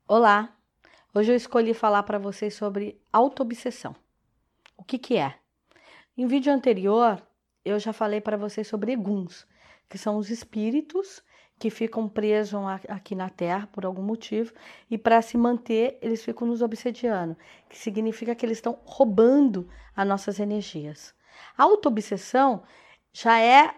Olá! Hoje eu escolhi falar para vocês sobre autoobsessão. O que é? Em vídeo anterior, eu já falei para vocês sobre eguns, que são os espíritos que ficam presos aqui na Terra por algum motivo e para se manter, eles ficam nos obsediando, que significa que eles estão roubando as nossas energias. A autoobsessão já é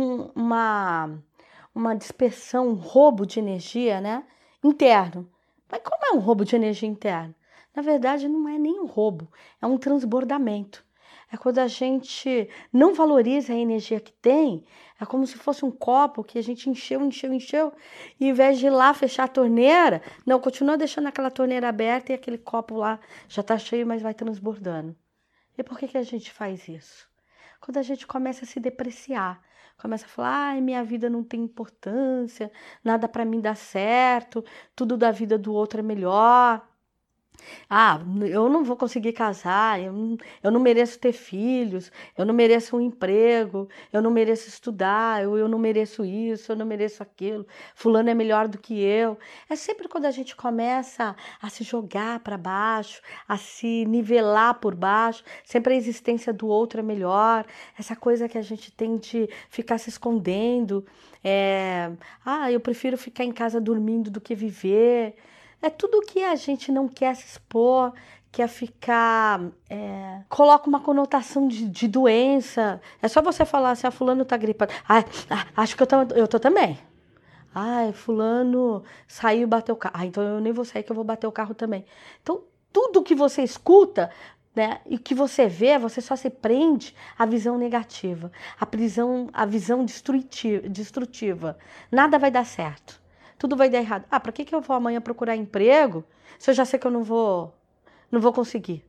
uma dispersão, um roubo de energia, né, interno. Mas como é um roubo de energia interna? Na verdade, não é nem um roubo, é um transbordamento. É quando a gente não valoriza a energia que tem, é como se fosse um copo que a gente encheu, e em vez de ir lá fechar a torneira, não, continua deixando aquela torneira aberta e aquele copo lá já está cheio, mas vai transbordando. E por que a gente faz isso? Quando a gente começa a se depreciar, começa a falar, ai, minha vida não tem importância, nada para mim dá certo, tudo da vida do outro é melhor. Ah, eu não vou conseguir casar, eu não mereço ter filhos, eu não mereço um emprego, eu não mereço estudar, eu não mereço isso, eu não mereço aquilo, fulano é melhor do que eu. É sempre quando a gente começa a se jogar para baixo, a se nivelar por baixo, sempre a existência do outro é melhor, essa coisa que a gente tem de ficar se escondendo, eu prefiro ficar em casa dormindo do que viver. É tudo que a gente não quer se expor, quer ficar. Coloca uma conotação de doença. É só você falar assim: fulano tá gripado. Acho que eu tô também. Ai, fulano saiu e bateu o carro. Então eu nem vou sair que eu vou bater o carro também. Então, tudo que você escuta, né, e que você vê, você só se prende à visão negativa, à visão destrutiva. Nada vai dar certo. Tudo vai dar errado. Para que eu vou amanhã procurar emprego se eu já sei que eu não vou conseguir?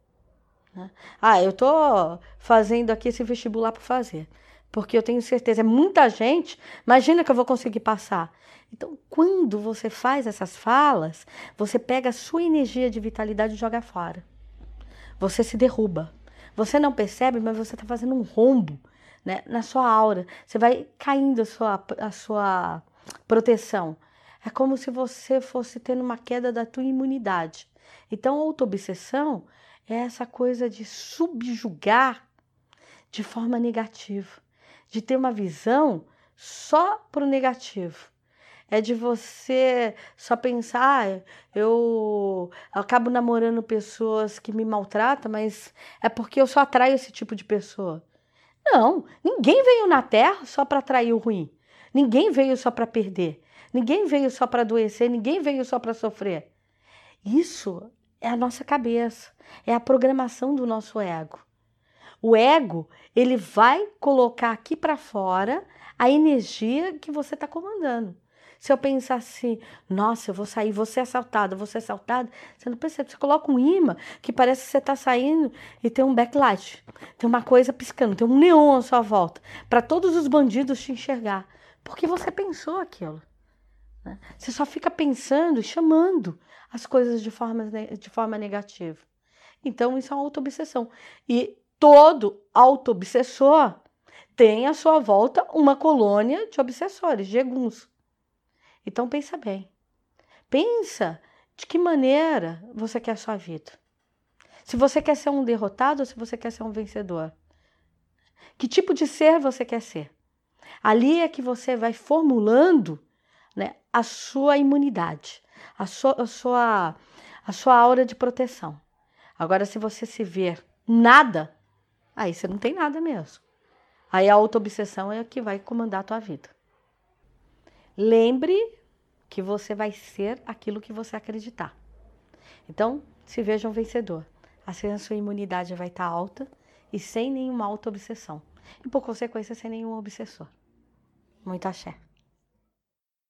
Né? Eu tô fazendo aqui esse vestibular para fazer, porque eu tenho certeza, é muita gente, imagina que eu vou conseguir passar. Então, quando você faz essas falas, você pega a sua energia de vitalidade e joga fora. Você se derruba. Você não percebe, mas você está fazendo um rombo, né, na sua aura. Você vai caindo a sua proteção. É como se você fosse tendo uma queda da tua imunidade. Então, a autoobsessão é essa coisa de subjugar de forma negativa, de ter uma visão só para o negativo. É de você só pensar, eu acabo namorando pessoas que me maltratam, mas é porque eu só atraio esse tipo de pessoa. Não, ninguém veio na Terra só para atrair o ruim. Ninguém veio só para perder. Ninguém veio só para adoecer, ninguém veio só para sofrer. Isso é a nossa cabeça, é a programação do nosso ego. O ego, ele vai colocar aqui para fora a energia que você está comandando. Se eu pensar assim, nossa, eu vou sair, vou ser assaltada, você não percebe, você coloca um imã que parece que você está saindo e tem um backlight, tem uma coisa piscando, tem um neon à sua volta, para todos os bandidos te enxergar, porque você pensou aquilo. Né? Você só fica pensando e chamando as coisas de forma negativa. Então, isso é uma autoobsessão. E todo autoobsessor tem à sua volta uma colônia de obsessores, de eguns. Então, pensa bem. Pensa de que maneira você quer a sua vida. Se você quer ser um derrotado ou se você quer ser um vencedor. Que tipo de ser você quer ser? Ali é que você vai formulando, né, a sua imunidade, a sua aura de proteção. Agora, se você se ver nada, aí você não tem nada mesmo. Aí a autoobsessão é a que vai comandar a tua vida. Lembre que você vai ser aquilo que você acreditar. Então, se veja um vencedor. Assim a sua imunidade vai estar alta e sem nenhuma autoobsessão. E por consequência, sem nenhum obsessor. Muito axé.